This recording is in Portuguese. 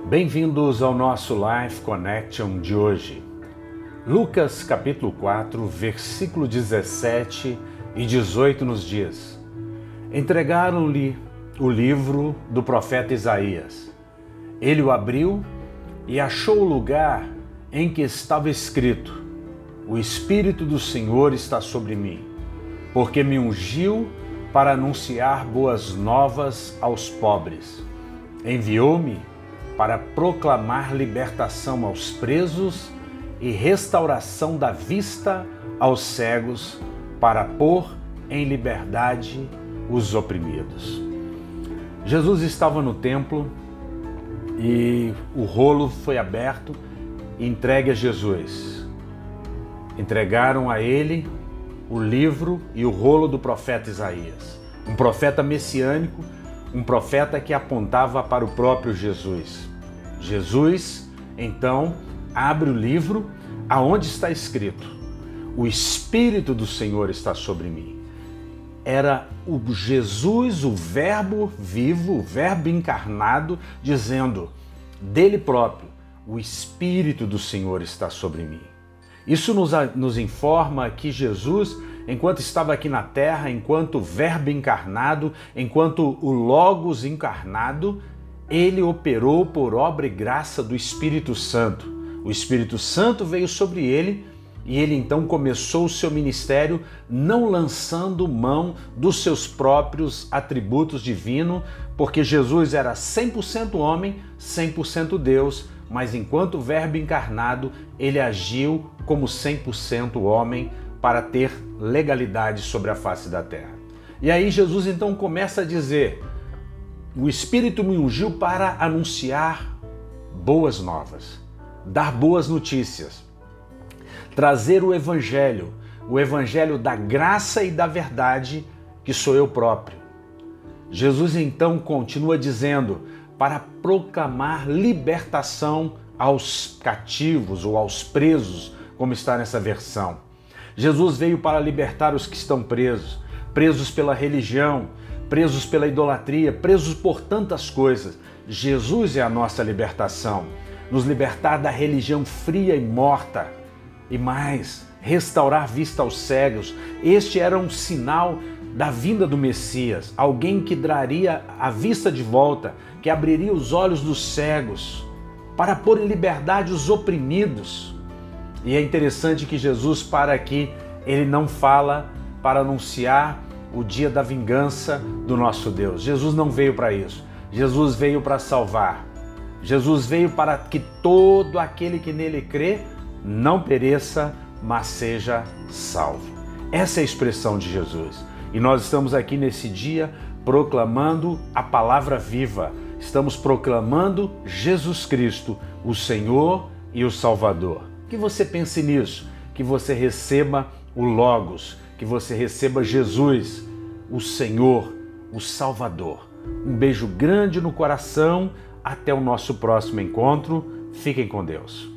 Bem-vindos ao nosso Life Connection de hoje. Lucas capítulo 4, versículo 17 e 18 nos diz: Entregaram-lhe o livro do profeta Isaías. Ele o abriu e achou o lugar em que estava escrito: O Espírito do Senhor está sobre mim, porque me ungiu para anunciar boas novas aos pobres. Enviou-me para proclamar libertação aos presos e restauração da vista aos cegos, para pôr em liberdade os oprimidos. Jesus estava no templo e o rolo foi aberto e entregue a Jesus. Entregaram a ele o livro e o rolo do profeta Isaías, um profeta messiânico, um profeta que apontava para o próprio Jesus. Jesus, então, abre o livro aonde está escrito: O Espírito do Senhor está sobre mim. Era o Jesus, o Verbo vivo, o Verbo encarnado, dizendo dele próprio: O Espírito do Senhor está sobre mim. Isso nos informa que Jesus, enquanto estava aqui na terra, enquanto Verbo encarnado, enquanto o Logos encarnado, ele operou por obra e graça do Espírito Santo. O Espírito Santo veio sobre ele e ele então começou o seu ministério não lançando mão dos seus próprios atributos divinos, porque Jesus era 100% homem, 100% Deus, mas enquanto Verbo encarnado, ele agiu como 100% homem para ter legalidade sobre a face da terra. E aí Jesus então começa a dizer: O Espírito me ungiu para anunciar boas novas, dar boas notícias, trazer o Evangelho da graça e da verdade, que sou eu próprio. Jesus então continua dizendo: para proclamar libertação aos cativos ou aos presos, como está nessa versão. Jesus veio para libertar os que estão presos, presos pela religião, presos pela idolatria, presos por tantas coisas. Jesus é a nossa libertação, nos libertar da religião fria e morta. E mais, restaurar vista aos cegos. Este era um sinal da vinda do Messias, alguém que traria a vista de volta, que abriria os olhos dos cegos, para pôr em liberdade os oprimidos. E é interessante que Jesus, para aqui, ele não fala para anunciar o dia da vingança do nosso Deus. Jesus não veio para isso. Jesus veio para salvar. Jesus veio para que todo aquele que nele crê não pereça, mas seja salvo. Essa é a expressão de Jesus. E nós estamos aqui nesse dia proclamando a palavra viva. Estamos proclamando Jesus Cristo, o Senhor e o Salvador. Que você pense nisso, que você receba o Logos, que você receba Jesus, o Senhor, o Salvador. Um beijo grande no coração, até o nosso próximo encontro. Fiquem com Deus.